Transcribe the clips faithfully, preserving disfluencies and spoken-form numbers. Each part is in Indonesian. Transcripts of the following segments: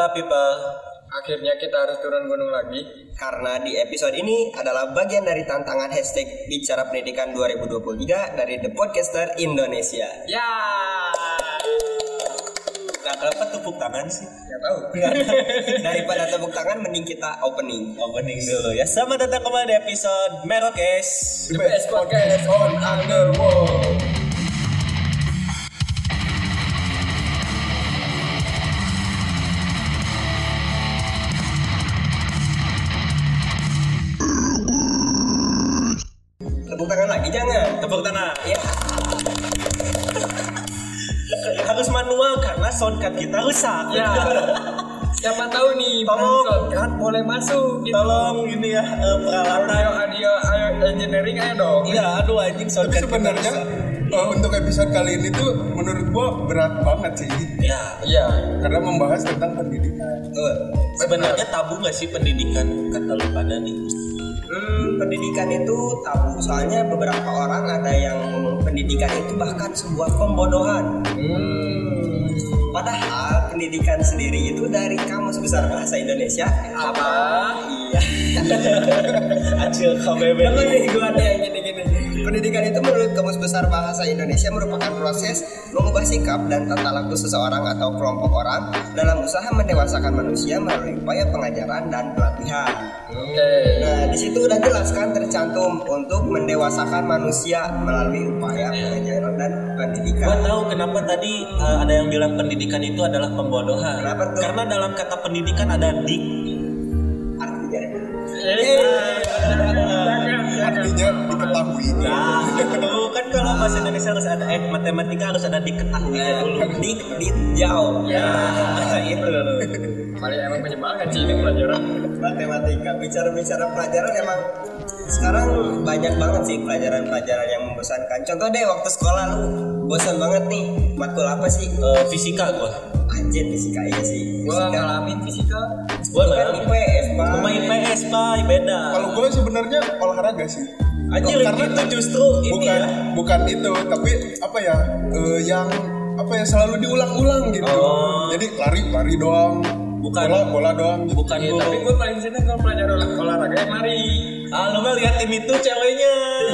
Halo people. Akhirnya kita harus turun gunung lagi. Karena di episode ini adalah bagian dari tantangan hashtag Bicara Pendidikan dua ribu dua puluh tiga dari The Podcaster Indonesia. Ya. Gak dapat tepuk tangan sih. Gak tahu. Daripada tepuk tangan, mending kita opening. Opening dulu ya. Selamat datang kembali di episode Merokes, The best podcast on Underworld. Tepuk tangan lagi jangan. Tepuk tangan. Ya. Harus manual karena soundcard kita rusak. Ya. Siapa tahu nih, Tolong. kan boleh masuk. Gitu. Tolong ini ya eh, peralatan. Ayo, ayo, ayo, engineering ayo dong. Iya, aduh anjing Tapi soundcard sebenarnya kita uh, untuk episode kali ini tuh menurut gua berat banget sih. ya. Iya. Karena membahas tentang pendidikan. Betul. Sebenarnya tabu nggak sih pendidikan kata lu pada nih? Hmm, pendidikan itu tabu. Soalnya beberapa orang ada yang ngomong pendidikan itu bahkan sebuah pembodohan. Hmm. Padahal pendidikan sendiri itu dari Kamus Besar Bahasa Indonesia. Apa? Iya. Acil K B B. Dengar nih gua ada yang gini-gini. Pendidikan itu menurut Kamus Besar Bahasa Indonesia merupakan proses mengubah sikap dan tata laku seseorang atau kelompok orang dalam usaha mendewasakan manusia melalui upaya pengajaran dan pelatihan. Oke. Nah, di situ udah jelas kan tercantum untuk mendewasakan manusia melalui upaya pengajaran dan pendidikan. Gua tahu kenapa tadi uh, ada yang bilang pendidikan itu adalah pembodohan. Kenapa tuh? Karena dalam kata pendidikan ada dik. Artinya Artinya diketahui. Nah, itu kan kalau bahasa Indonesia harus ada eh matematika harus ada diketahuinya dulu. dik dik jauh. Ya, itu dulu. Paling emang menyebalkan sih ini pelajaran. Matematika, bicara-bicara pelajaran emang sekarang banyak banget sih pelajaran-pelajaran yang membosankan. Contoh deh waktu sekolah lu bosan banget nih, matkul apa sih? Eh, fisika gua. Anjir, fisika iya sih. Gua Fisika. ngalamin fisika. Gua Itu kan ngalamin. I P S, Pak. Cuma I P S, Pak, beda. Kalau gua sebenarnya olahraga sih. Anjir, Karena itu justru ini bukan ya. bukan itu, tapi apa ya? eh, yang apa ya selalu diulang-ulang gitu. Oh. Jadi lari lari doang. Bukan- bola bola doang gitu. Bukan Iya, guru. tapi gue paling seneng kalau pelajaran olah- olahraga yang lari. Ah, lu mah lihat tim itu ceweknya.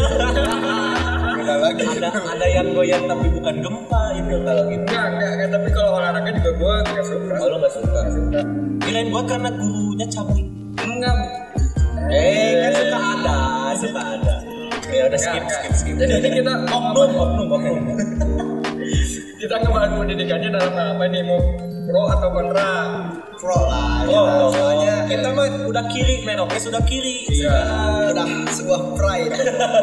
Beda lagi. ada ada yang goyang tapi bukan gempa itu kalau gitu. Enggak, enggak, enggak, tapi kalau olahraga juga gue enggak suka. Oh, lu nggak suka? Nggak suka. Kirain gua karena gurunya cabut. Enggak. Eh, kan suka ada, suka ada. Ya udah skip, Enggak, skip, skip. Jadi ini kita oknum, oknum, oknum. kita ngebahas pendidikannya dalam hal apa nih, mau pro atau kontra? Pro lah. ya. Oh, Soalnya kita mah udah kiri, Merokes sudah kiri. Iya. udah sebuah pride.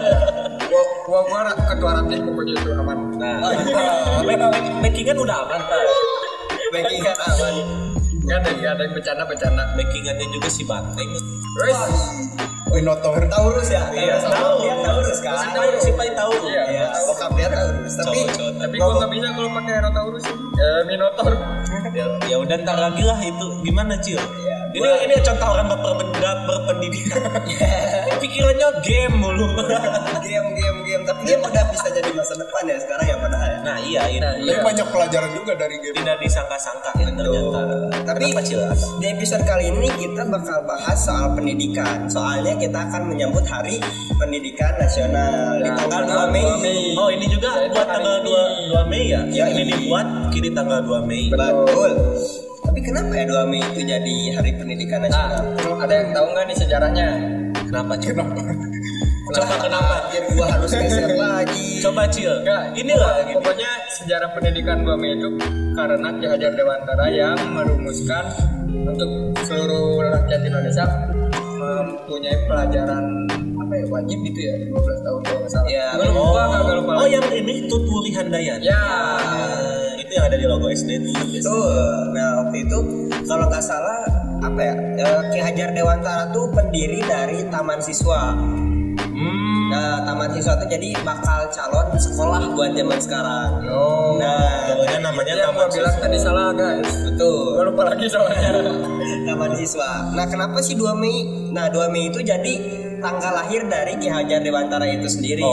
Gua gua gua ketua ranting pokoknya itu aman. Nah, back- back- backingan udah aman kan? Backingan aman. Enggak ada enggak ada yang bercanda-bercanda. Backingannya juga si Banteng. Wes. Minotaur. Taurus ya? Iya, tahu. Dia Taurus kan? Si Pai, si Pai tahu. Iya. Iya, bokap dia Taurus. Tapi Cowok-cowok. Tapi gua enggak bisa kalau pakai Rhotaurus. Eh, Minotaur. Ya, ya udah ntar lagi lah itu gimana Cil? Ini gua- ini contoh orang gak berpendidikan, berpendidikan. Pikirannya game mulu. game game game tapi game udah bisa jadi masa depan ya sekarang ya padahal ya. Nah iya ini Nah, Tapi iya. banyak pelajaran juga dari game. tidak disangka-sangka kan ternyata. Tapi Kenapa Cil? Apa? di episode kali ini kita bakal bahas soal pendidikan. Soalnya kita akan menyambut Hari Pendidikan Nasional di Ya, tanggal dua Mei. dua Mei. Oh ini juga Ya, itu buat hari tanggal ini. dua Mei ya? Ya, Yang ini iya. dibuat kini tanggal dua Mei. Betul. Tapi kenapa ya dua Mei itu jadi Hari Pendidikan Nah, Nasional? ada yang tahu nggak nih sejarahnya? Kenapa Cil? Kenapa? Coba kenapa? Biar gua harus geser lagi. Coba Cil. Enggak, Inilah gitu. pokoknya sejarah pendidikan dua Mei itu karena Ki Hajar Dewantara yang merumuskan untuk seluruh rakyat Indonesia mempunyai pelajaran apa ya wajib gitu ya lima belas tahun kalau nggak salah. Ya, Gue lupa nggak gue lupa. Oh yang ini Tuturi Handayani. Ya. Ah, itu yang ada di logo S D itu. Betul. Nah waktu itu kalau nggak salah apa ya eh, Ki Hajar Dewantara tuh pendiri dari Taman Siswa. Hmm. Nah Taman Siswa tuh jadi bakal calon sekolah buat zaman sekarang. Oh. Nah Pokoknya namanya yang Taman gue bilang Siswa. tadi salah guys. betul. Gue lupa lagi soalnya. Taman Siswa. Nah kenapa sih dua Mei? Nah dua Mei itu jadi tanggal lahir dari Ki Hajar Dewantara itu sendiri.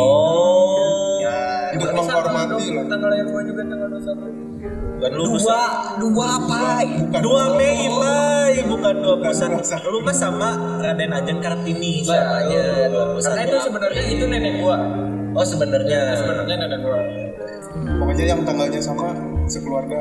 Oh. Ya, Untuk Berarti sama menghormati dong, lah. tanggal lahir gue juga tanggal dua puluh satu. Bukan lulus. dua dua apa? Bukan. dua Mei, Pak. bukan dua puluh satu. Lu mah sama Raden Ajeng Kartini namanya dua puluh satu. Karena itu sebenarnya itu nenek gua. Oh sebenarnya. Sebenarnya nenek gua. Pokoknya yang tanggalnya sama sekeluarga.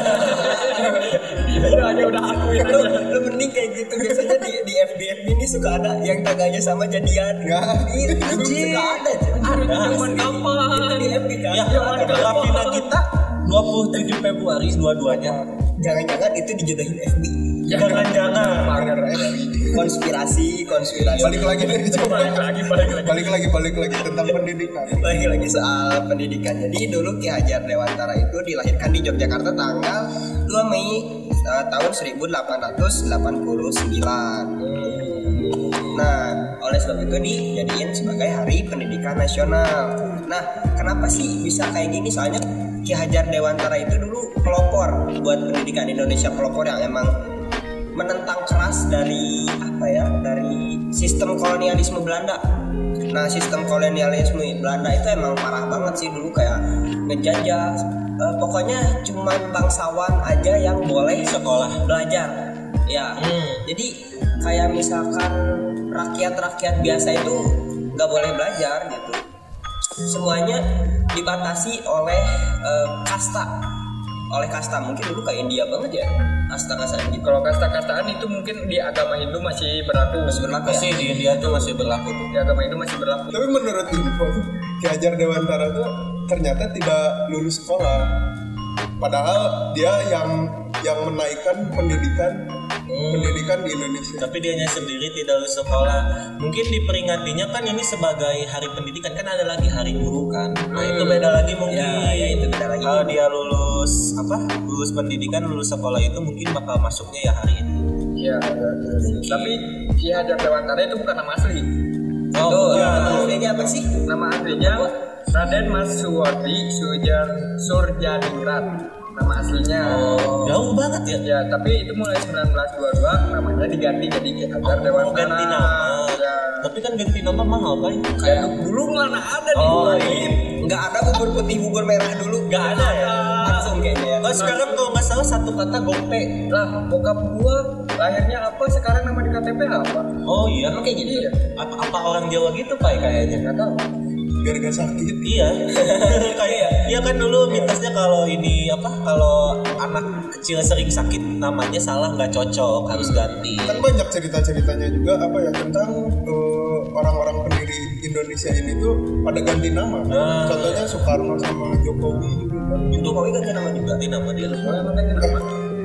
Udah aja udah akuin Lu, aja. lu mending kayak gitu. Biasanya di di F B F ini suka ada yang tanggalnya sama jadian. Enggak. Itu suka ada. Ada zaman kapan? Di F B kan. Ya, Rafina kita dua puluh tujuh Februari dua-duanya. Jangan-jangan itu dijodohin F B. Jangan-jangan. Pagar Konspirasi, konspirasi. Balik lagi dari coba. balik lagi balik lagi. Balik lagi, balik lagi tentang pendidikan. Lagi-lagi soal pendidikan. Jadi dulu Ki Hajar Dewantara itu dilahirkan di Yogyakarta tanggal dua Mei uh, tahun seribu delapan ratus delapan puluh sembilan. Nah, oleh sebab itu dijadiin sebagai Hari Pendidikan Nasional. Nah, kenapa sih bisa kayak gini? Soalnya Ki Hajar Dewantara itu dulu pelopor buat pendidikan Indonesia, pelopor yang emang menentang keras dari apa ya, dari sistem kolonialisme Belanda. Nah, sistem kolonialisme Belanda itu emang parah banget sih dulu, kayak ngejajah. Eh, pokoknya cuman bangsawan aja yang boleh sekolah belajar. Ya, Hmm. jadi kayak misalkan rakyat-rakyat biasa itu nggak boleh belajar gitu. Semuanya dibatasi oleh eh, kasta, oleh kasta. Mungkin dulu kayak India banget ya, kasta-kasta gitu. Kalau kasta-kastaan itu mungkin di agama Hindu masih berlaku. Masih berlaku Masih ya? di India tuh masih berlaku tuh. Di agama Hindu masih berlaku. Tapi menurut info tuh, Ki Hajar Dewantara tuh ternyata tidak lulus sekolah. Padahal dia yang yang menaikkan pendidikan pendidikan di Indonesia. Tapi dianya sendiri tidak lulus sekolah. Mungkin diperingatinya kan ini sebagai Hari Pendidikan, kan ada lagi Hari Guru kan. Nah itu beda lagi mungkin. Ya, ya, itu beda lagi. Kalau dia lulus apa? Lulus pendidikan, lulus sekolah itu mungkin bakal masuknya ya hari itu. Iya. Tapi Ki Hajar Dewantara itu bukan nama asli. Oh, Tuh, iya. ini apa sih? Nama aslinya Raden Mas Suwardi Sujar Surjadingrat. Nama aslinya. Oh, jauh banget ya. Ya, tapi itu mulai sembilan belas dua puluh dua namanya diganti jadi Ki Hajar Oh, Dewantara. ganti nama. Ya. Tapi kan ganti nama mahal kan? Kayak dulu mana ada nih. Oh, Bang? iya. Nggak ada bubur putih, bubur merah dulu. Nggak ada ya? Langsung kayaknya ya. Oh, sekarang kalau nggak salah satu kata gope. Lah, bokap gua lahirnya apa, sekarang nama di K T P apa? Oh iya. Emang kayak gitu ya? Apa, apa orang Jawa gitu Pak kayaknya? Nggak tahu. Biar gak sakit. Iya. Kayak iya kan dulu mitosnya kalau ini apa, kalau anak kecil sering sakit namanya salah, nggak cocok, harus ganti. Kan banyak cerita-ceritanya juga apa ya tentang eh, orang-orang pendiri Indonesia ini tuh pada ganti nama. Nah. Contohnya Soekarno sama Jokowi gitu kan. Jokowi ganti nama juga. Ganti nama dia. Boleh nanti nama.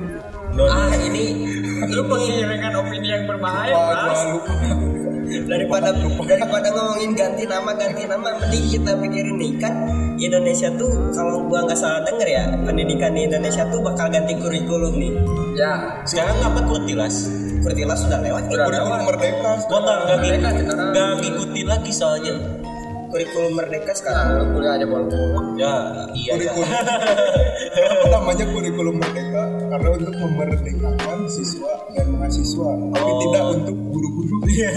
Ah, ini Lu mengiringan opini yang berbahaya, Wah, Mas. gua lupa. daripada daripada ngomongin ganti nama ganti nama mending kita pikirin nih kan Indonesia tuh, kalau gua nggak salah denger ya, pendidikan di Indonesia tuh bakal ganti kurikulum nih. Ya, Sekarang apa kurtilas? Kurtilas sudah lewat ya? Udah Kurikulum lewat. Merdeka. Gua nggak nggak Mereka ngik- sekarang- nggak ngikutin lagi soalnya. Kurikulum merdeka sekarang. nah, lu kuliah aja boleh. Ya iya ya. Kurikulum. Apa namanya kurikulum merdeka? Karena untuk memerdekakan siswa dan mahasiswa, tapi Oh. tidak untuk guru-guru.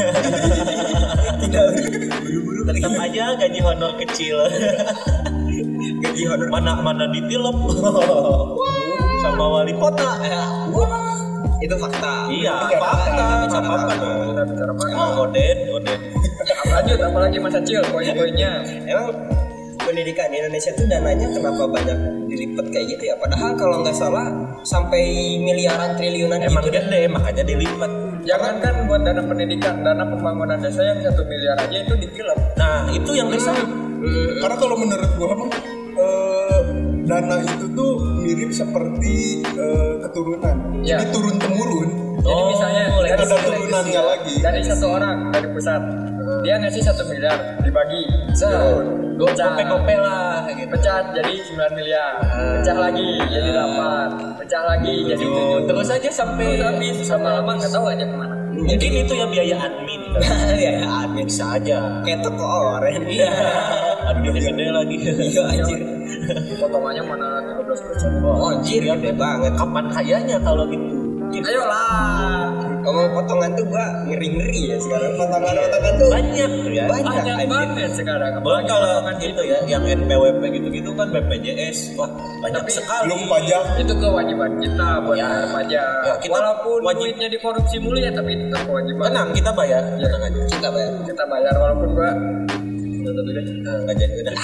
Tidak buru-buru tadi. Tetap aja gaji honor kecil. Gaji honor. mana mana ditilep sama wali kota. Wah, itu fakta. Iya, Itu fakta. Kita Nggak apa-apa fakta. dong. Kita bicara apa? Emang Oden, Oden. Lanjut, apalagi Mas Acil, poin-poinnya. Emang pendidikan di Indonesia tuh dananya kenapa banyak dilipat kayak gitu ya? Padahal kalau nggak salah sampai miliaran triliunan Emang gitu. gede, makanya dilipat. Jangankan buat dana pendidikan, dana pembangunan desa yang satu miliar aja itu ditilep. Nah, itu yang desa. Karena kalau menurut gua mah eh, dana itu tuh mirip seperti eh, keturunan. Ya. Jadi turun temurun. Jadi Oh, misalnya legacy, dari Ada satu turunannya lagi. dari satu orang dari pusat, dia ngasih satu miliar dibagi, set, pecah, Gope-gope lah gitu. pecah jadi sembilan miliar, pecah lagi jadi delapan, pecah lagi jadi tujuh, Terus aja sampai terus habis sama lama nggak tahu aja kemana. mungkin itu ya biaya admin kan. Ya, ya, admin. Bisa aja. Kayak toko oren. Iya. Adminnya gede lagi. Iya, anjir. Potongannya mana tiga belas persen? Oh, anjir, gede banget. Kapan kayanya kalau gitu? Ayolah. Ngomong ngomong potongan tuh gua ngeri-ngeri ya sekarang. Potongan-potongan tuh banyak ya. banyak, Banyak anjir. banget sekarang. Bahkan Apalagi kalau potongan gitu ya, yang N P W P gitu-gitu kan B P J S, wah banyak Tapi sekali. belum pajak. itu kewajiban kita buat Ya. bayar pajak. Ya, kita Walaupun wajib. duitnya dikorupsi mulu ya, tapi itu kewajiban. Tenang, kita bayar. Ya. Tenang aja. Kita bayar. Kita bayar walaupun gua Nah, nggak jadi udah.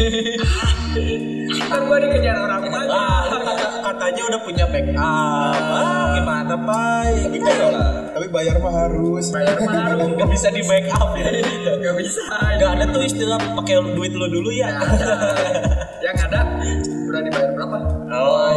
kan gua dikejar orang banyak. Ah, kata- katanya udah punya backup. Ah, gimana Pai? Gitu lah. Tapi bayar mah harus. Bayar mah harus. Nggak bisa di backup ya. Gak bisa. Nggak ada tuh istilah pakai duit lu dulu ya. Yang ada udah dibayar berapa? Oh.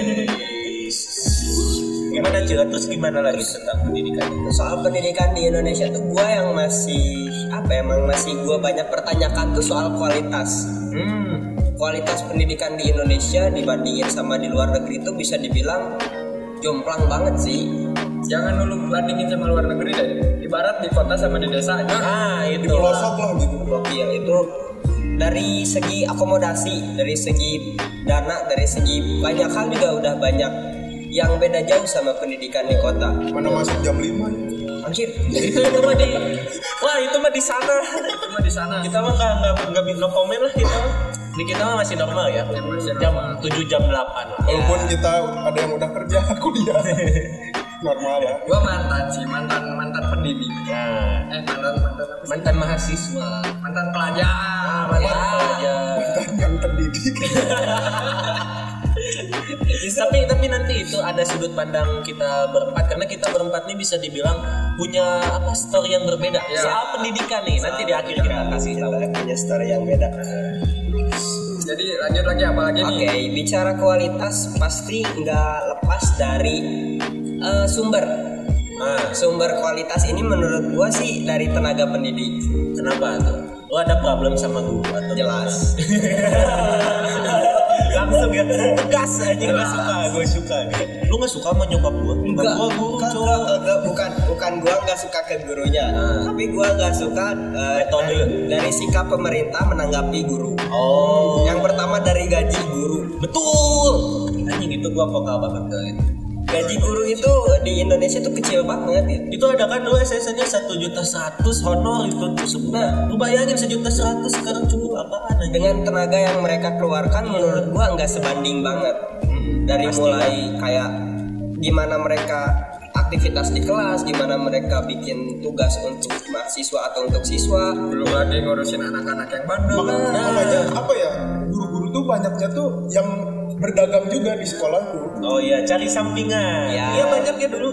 Gimana Cila? Terus gimana lagi tentang pendidikan? Soal pendidikan di Indonesia tuh gua yang masih apa ya, emang masih gua banyak pertanyakan tuh soal kualitas. Hmm. Kualitas pendidikan di Indonesia dibandingin sama di luar negeri itu bisa dibilang jomplang banget sih. Jangan dulu bandingin sama luar negeri deh. Ibarat di kota sama di desa aja. Ah, Di itu. pelosok lah gitu. Gokil itu dari segi akomodasi, dari segi dana, dari segi banyak hal juga udah banyak yang beda jauh sama pendidikan di kota. Mana masuk jam lima. Anjir, Itu itu mah di. Wah, itu mah di sana. Cuma di sana. Kita mah nggak nggak nggak no komen lah kita mah. Di kita mah masih normal ya. Masih Jam normal. tujuh jam delapan. Walaupun kita ada yang udah kerja kuliah. Normal lah. Gua mantan sih, mantan mantan pendidik. Nah, Eh mantan mantan apa sih? mantan mahasiswa. Mantan pelajar. Mantan pelajar. Kan yang terdidik. tapi tapi nanti itu ada sudut pandang kita berempat karena kita berempat nih bisa dibilang punya apa story yang berbeda Ya. soal pendidikan nih. Nanti di akhir kita kasih tahu. kita punya story yang beda. Jadi lanjut lagi apa lagi nih? Oke, bicara kualitas pasti nggak lepas dari eh, sumber. Nah, Sumber kualitas ini menurut gua sih dari tenaga pendidik. kenapa tuh? Lo ada problem sama gua atau Jelas. langsung ya tegas aja nggak suka gue suka lu nggak suka sama nyokap gue Enggak, gua guru enggak, cowok enggak, enggak, bukan bukan gua nggak suka ke gurunya, Ah. tapi gua nggak suka eh, Metode. dari, dari sikap pemerintah menanggapi guru. oh Yang pertama dari gaji guru. betul anjing itu gue vokal banget ke itu. Gaji guru itu di Indonesia tuh kecil banget ya. Itu ada kan dulu S S N-nya satu juta seratus honor itu tuh sebulan. Lu bayangin sejuta seratus sekarang cuma apaan aja. Dengan tenaga yang mereka keluarkan menurut gua nggak sebanding banget. Dari Pasti. mulai kayak gimana mereka aktivitas di kelas, gimana mereka bikin tugas untuk mahasiswa atau untuk siswa. Belum lagi ngurusin anak-anak yang bandel. Maka- makanya apa ya, guru-guru tuh banyaknya tuh yang berdagang juga di sekolah tuh. Oh iya, cari sampingan. Ya. Iya banyak ya dulu.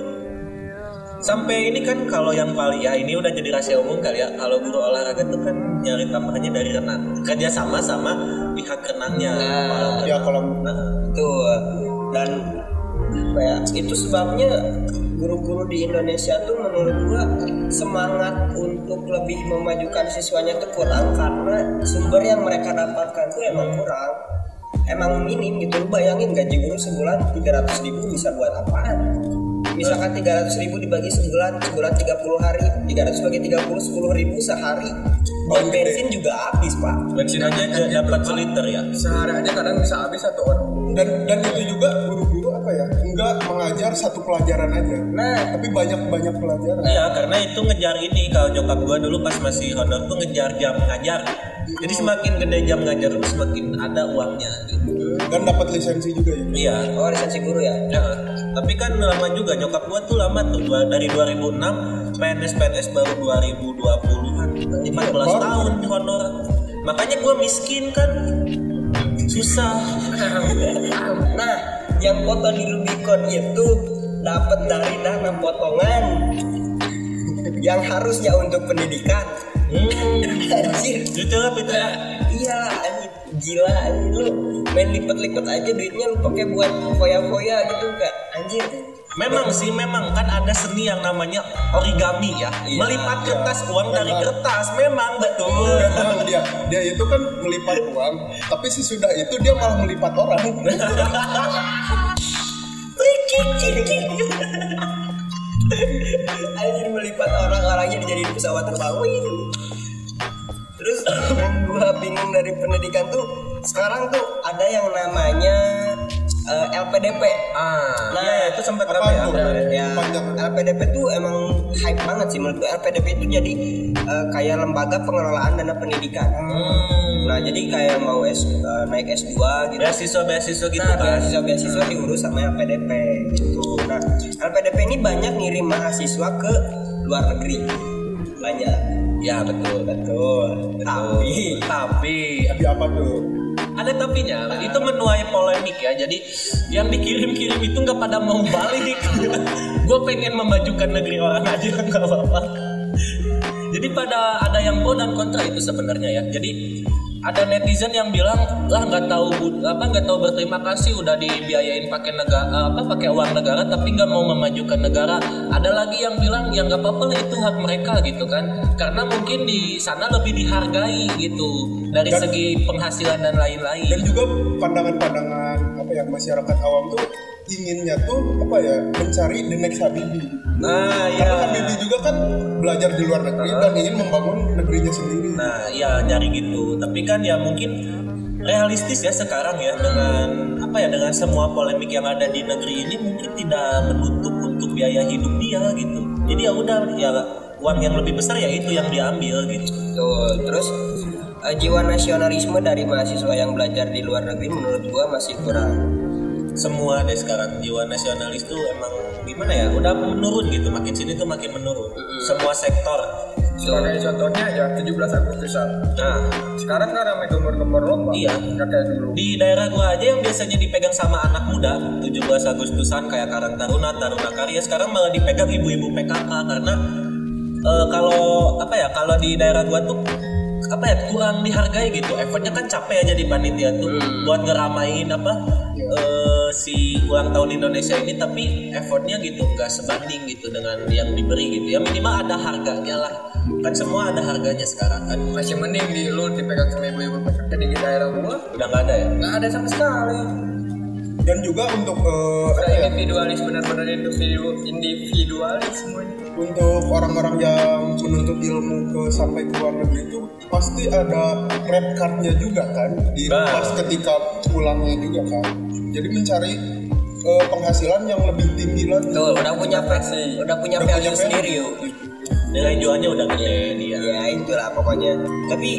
Sampai ini kan kalau yang paling ya ini udah jadi rahasia umum kali ya. Kalau guru olahraga tuh kan nyari tambahannya dari renang. Kerja sama sama pihak renangnya. Nah, Ya kalau Nah, Tuh, dan apa ya, itu sebabnya guru-guru di Indonesia tuh menurut gua semangat untuk lebih memajukan siswanya tuh kurang karena sumber yang mereka dapatkan tuh emang kurang, emang minim gitu. Lu bayangin gaji guru sebulan tiga ratus ribu bisa buat apaan? Misalkan tiga ratus ribu dibagi sebulan, sebulan tiga puluh hari, tiga ratus bagi tiga puluh, sepuluh ribu sehari. Buat Oh, gede. bensin juga habis, Pak. bensin aja aja dapat seliter ya. Sehari aja kadang bisa habis satu orang. dan dan itu juga guru-guru apa ya, enggak mengajar satu pelajaran aja, Nah, tapi banyak-banyak pelajaran. Iya, karena itu ngejar ini. Kalau nyokap gua dulu pas masih honor tuh ngejar jam ngajar. Jadi semakin gede jam ngajar lu semakin ada uangnya gitu. Dan dapat lisensi juga ya. Iya. oh lisensi guru ya. Ya, tapi kan lama juga nyokap gua tuh lama tuh dua, dari dua ribu enam P N S P N S baru dua ribu dua puluhan empat belas Baru. tahun honor. Makanya gua miskin kan. Susah. Nah, yang foto di Rubicon itu dapat dari dana potongan yang harusnya untuk pendidikan. Hmm. Anjir. Itu lah itu. Iya, anjir. Gila anjir lu. Main lipet-lipet aja duitnya lu pakai buat foya-foya gitu enggak? Anjir. Memang sih, memang kan ada seni yang namanya origami ya. Iya, Melipat iya. kertas uang dari Memang. kertas, memang betul. Memang dia dia itu kan melipat uang, tapi sesudah itu dia malah melipat orang. Anjir melipat orang-orangnya dijadiin pesawat terbang. Wih. Terus yang gua bingung dari pendidikan tuh sekarang tuh ada yang namanya eh, L P D P. Ah, Nah, iya, itu sempat Apa apa ya? tuh? kemarin? Ya, Panjang. L P P D P tuh emang hype banget sih menurut gue. L P D P itu jadi uh, kayak lembaga pengelolaan dana pendidikan. Hmm. Nah jadi kayak mau S, uh, naik S dua gitu. Beasiswa-beasiswa gitu nah, kan. Beasiswa-beasiswa diurus sama L P D P gitu. Nah L P D P ini banyak ngirim mahasiswa ke luar negeri. Banyak. Ya betul betul. Tapi tapi Tapi apa tuh? ada tapinya. Nah, itu menuai polemik ya. Jadi yang dikirim-kirim itu nggak pada mau balik. Gue pengen memajukan negeri orang aja nggak apa-apa. Jadi pada ada yang pro dan kontra itu sebenarnya ya. Jadi ada netizen yang bilang lah nggak tahu apa nggak tahu berterima kasih udah dibiayain pakai negara apa pakai uang negara tapi nggak mau memajukan negara. Ada lagi yang bilang ya nggak apa-apa lah itu hak mereka gitu kan karena mungkin di sana lebih dihargai gitu dari Dan- segi penghasilan dan lain-lain. Dan juga pandangan-pandangan apa ya masyarakat awam tuh inginnya tuh apa ya mencari the next Habibie. Nah Karena ya. Habibie juga kan belajar di luar negeri dan ingin membangun negerinya sendiri. Nah ya nyari gitu. Tapi kan ya mungkin realistis ya sekarang ya dengan apa ya dengan semua polemik yang ada di negeri ini mungkin tidak menutup untuk biaya hidup dia gitu. Jadi ya udah ya uang yang lebih besar ya itu yang diambil gitu. Tuh, terus uh, jiwa nasionalisme dari mahasiswa yang belajar di luar negeri menurut gua masih kurang. Semua deh sekarang jiwa nasionalis tuh emang gimana ya udah menurun gitu makin sini tuh makin menurun semua sektor. Sebagai contohnya ya tujuh belas Agustusan. Nah Sekarang kan ramai gembor-gembor lomba. Iya. Nggak kayak dulu. di daerah gua aja yang biasanya dipegang sama anak muda tujuh belas Agustusan kayak Karang Taruna, Taruna Karya sekarang malah dipegang ibu-ibu P K K karena eh, kalau apa ya kalau di daerah gua tuh apa ya kurang dihargai gitu. Effortnya kan capek aja di panitia tuh buat ngeramain apa eh, si ulang tahun Indonesia ini tapi effortnya gitu nggak sebanding gitu dengan yang diberi gitu ya minimal ada harganya lah kan semua ada harganya sekarang kan Masih mending di lu dipegang sama ibu-ibu pekerja di daerah gua. udah nggak ada ya. Nggak ada sama sekali. Dan juga untuk eh, Udah apa ya, individualis benar-benar individu individualis semuanya. untuk orang-orang yang menuntut ilmu ke sampai ke luar negeri itu pasti ada red cardnya juga kan di Nah. pas ketika pulangnya juga kan. Jadi mencari eh, penghasilan yang lebih tinggi lagi. Tuh, udah punya versi, udah punya Udah value punya sendiri yuk. Nilai jualnya udah gede dia. Ya itulah pokoknya. Tapi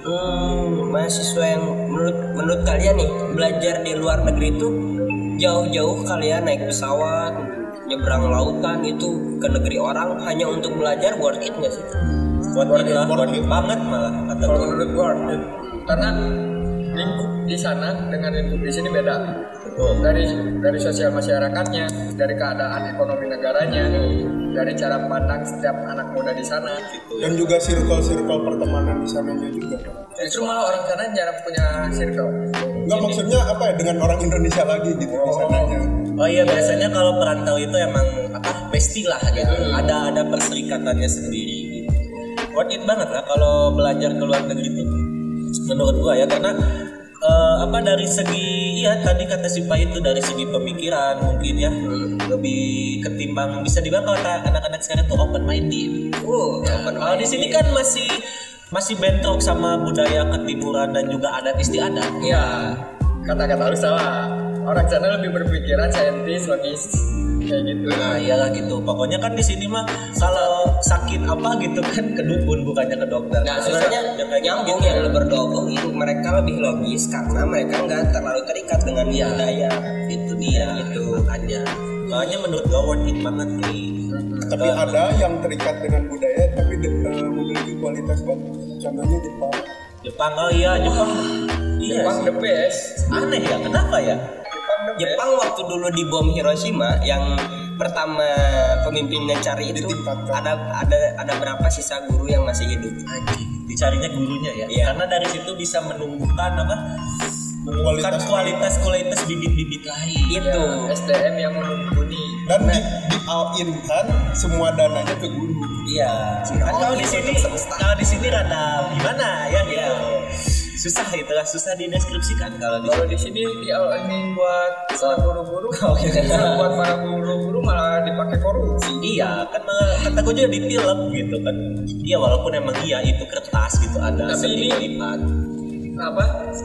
hmm, mahasiswa yang menurut menurut kalian nih belajar di luar negeri itu jauh-jauh kalian naik pesawat, nyebrang lautan itu ke negeri orang hanya untuk belajar worth it nggak sih? Buat Worth it, lah, worth worth it it. banget malah kata Kalau gua. menurut gua it. Karena lingkup di sana dengan lingkup di sini beda. Betul. Dari dari sosial masyarakatnya, dari keadaan ekonomi negaranya, dari cara pandang setiap anak muda di sana. Dan juga circle-circle pertemanan di sananya juga. Justru malah orang sana jarang punya circle. Enggak maksudnya apa ya dengan orang Indonesia lagi gitu di sananya. Oh iya biasanya kalau perantau itu emang apa pesti lah gitu. Ada ada perserikatannya sendiri. Gitu. Worth it banget lah kalau belajar ke luar negeri itu. Menurut gua ya karena eh, apa dari segi ya tadi kata si Pak itu dari segi pemikiran mungkin ya lebih ketimbang bisa dibilang kalau ta- anak-anak sekarang tuh open minded. Uh, Ya, kalau di sini kan masih masih bentrok sama budaya ketimuran dan juga adat istiadat. Ya, kata-kata lu salah. Orang sana lebih berpikiran saintis, logis, kayak gitu. Nah iyalah gitu. Pokoknya kan di sini mah kalau sakit apa gitu kan ke dukun bukannya ke dokter. Nah Susah. sebenarnya Yang kayak nyambung gitu. yang lu berdomongin mereka lebih logis karena mereka nggak terlalu terikat dengan Iya. budaya. Itu dia gitu makanya. Makanya menurut gue worth it banget nih. Tapi ada yang terikat dengan budaya tapi de- eh, memiliki kualitas bagus. Contohnya Jepang. Jepang oh iya Jepang. Iya. Jepang sih. the best. Aneh ya kenapa ya? Jepang the best. Jepang waktu dulu di bom Hiroshima yang pertama pemimpinnya cari itu Ditingkatkan. ada ada ada berapa sisa guru yang masih hidup. Anjing. Dicarinya gurunya ya. Iya. Karena dari situ bisa menumbuhkan apa? Menumbuhkan Kualitas. kualitas kualitas bibit-bibit lain. Itu Ya, S D M yang mumpuni. Dan di, di all in kan semua dananya ke guru. Iya. Kan kalau di sini kalau di sini rada gimana ya gitu. Susah itu lah, susah dideskripsikan kalau di Kalau di sini di awal ini buat para guru-guru, Oh, iya. buat para guru-guru malah dipakai korupsi. Iya, kan malah kata gue juga ditilep gitu kan. Iya walaupun emang iya itu kertas gitu ada Tapi ini- sertifikat. Apa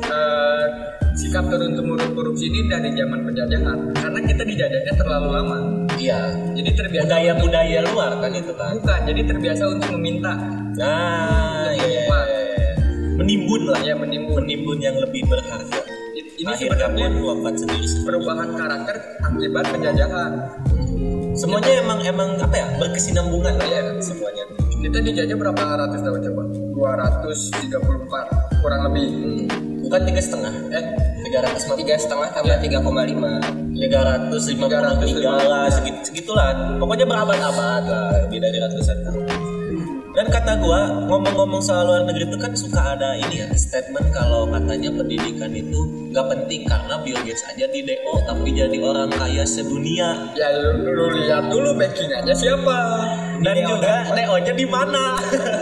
eh, sikap turun temurun korupsi ini dari zaman penjajahan karena kita dijajahnya terlalu lama. Iya. Jadi terbiasa budaya-budaya luar kan itu kan. bukan, jadi terbiasa untuk meminta. Nah, Untuk iya. menyuap. Menimbun lah. Ya menimbun. Menimbun yang lebih berharga. Ini Akhirnya sebenarnya pun wafat sendiri. perubahan karakter akibat penjajahan. Semuanya emang emang apa ya berkesinambungan lah ya semuanya. Kita dijajah berapa ratus tahun coba? dua ratus tiga puluh empat kurang lebih. Hmm. Bukan tiga setengah, eh tiga ratus tiga setengah tambah tiga koma lima tiga ratus lima puluh tiga lah segit segitulah. Pokoknya berabad-abad lah, lebih dari ratusan tahun. Dan kata gua ngomong-ngomong soal luar negeri itu kan suka ada ini ya statement kalau katanya pendidikan itu nggak penting karena Bill Gates aja di D O tapi jadi orang kaya sedunia. Ya lu, lu lihat dulu backingannya siapa. Dan juga D O-nya di mana?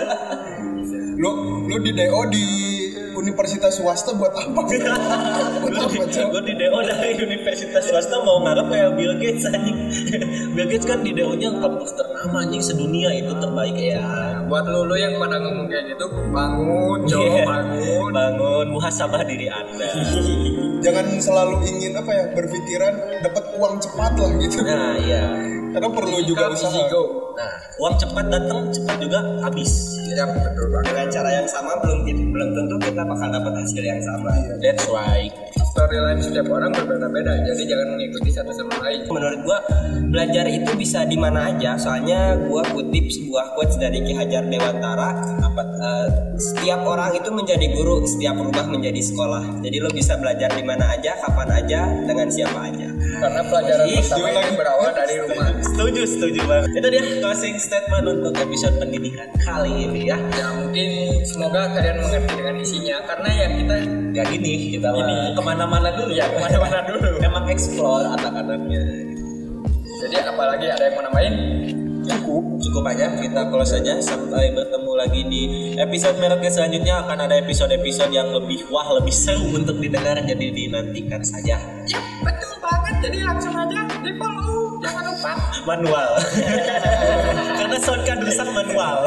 Lu lu di D O di universitas swasta buat apa? Buat apa, Cok? Gue di D O dari universitas swasta mau ngarep kayak Bill Gates anjing. Bill Gates kan di D O-nya kampus ternama anjing sedunia itu terbaik ya. Buat lu, lu yang pada ngomong kayak gitu, bangun, Jo, Iya. bangun. Bangun, muhasabah diri Anda. Jangan selalu ingin apa ya berpikiran dapat uang cepat lah gitu. Nah, iya. Karena perlu juga Come, usaha. easy go. Nah, uang cepat datang, cepat juga habis. Ya betul banget. Dengan cara yang sama belum belum tentu kita bakal dapat hasil yang sama. That's right. Storyline setiap orang berbeda-beda, jadi jangan mengikuti satu sama lain. Menurut gua belajar itu bisa di mana aja. Soalnya gua kutip sebuah quotes dari Ki Hajar Dewantara, apa eh, setiap orang itu menjadi guru, setiap rubah menjadi sekolah. Jadi lo bisa belajar di mana aja, kapan aja, dengan siapa aja. Karena pelajaran Ih, pertama setuju itu berawal dari rumah. Setuju, setuju banget. Itu dia closing statement untuk episode pendidikan kali ini ya. Ya mungkin semoga kalian mengerti dengan isinya, karena ya kita Ya gini, kita Gini. mah kemana-mana dulu ya kemana-mana dulu. Emang explore anak-anaknya. Jadi apalagi ada yang mau nambahin? Cukup, cukup aja. Kita close saja. Sampai bertemu lagi di episode Merauke selanjutnya. Akan ada episode-episode yang lebih wah, lebih seru untuk didengar. Jadi dinantikan saja. Ya betul banget. Jadi langsung aja di follow, jangan lupa. Manual. Karena soundcard rusak manual.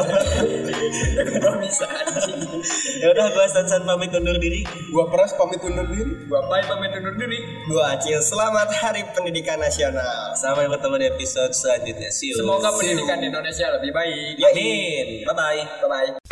Gak bisa anjing. Ya udah, gua Sansan pamit undur diri. Gua Pras pamit undur diri. Gua Pai pamit undur diri. Gua Acil, selamat Hari Pendidikan Nasional. Sampai bertemu di episode selanjutnya. See you. Semoga pendidikan di Indonesia lebih baik. Amin. Bye bye. Bye bye.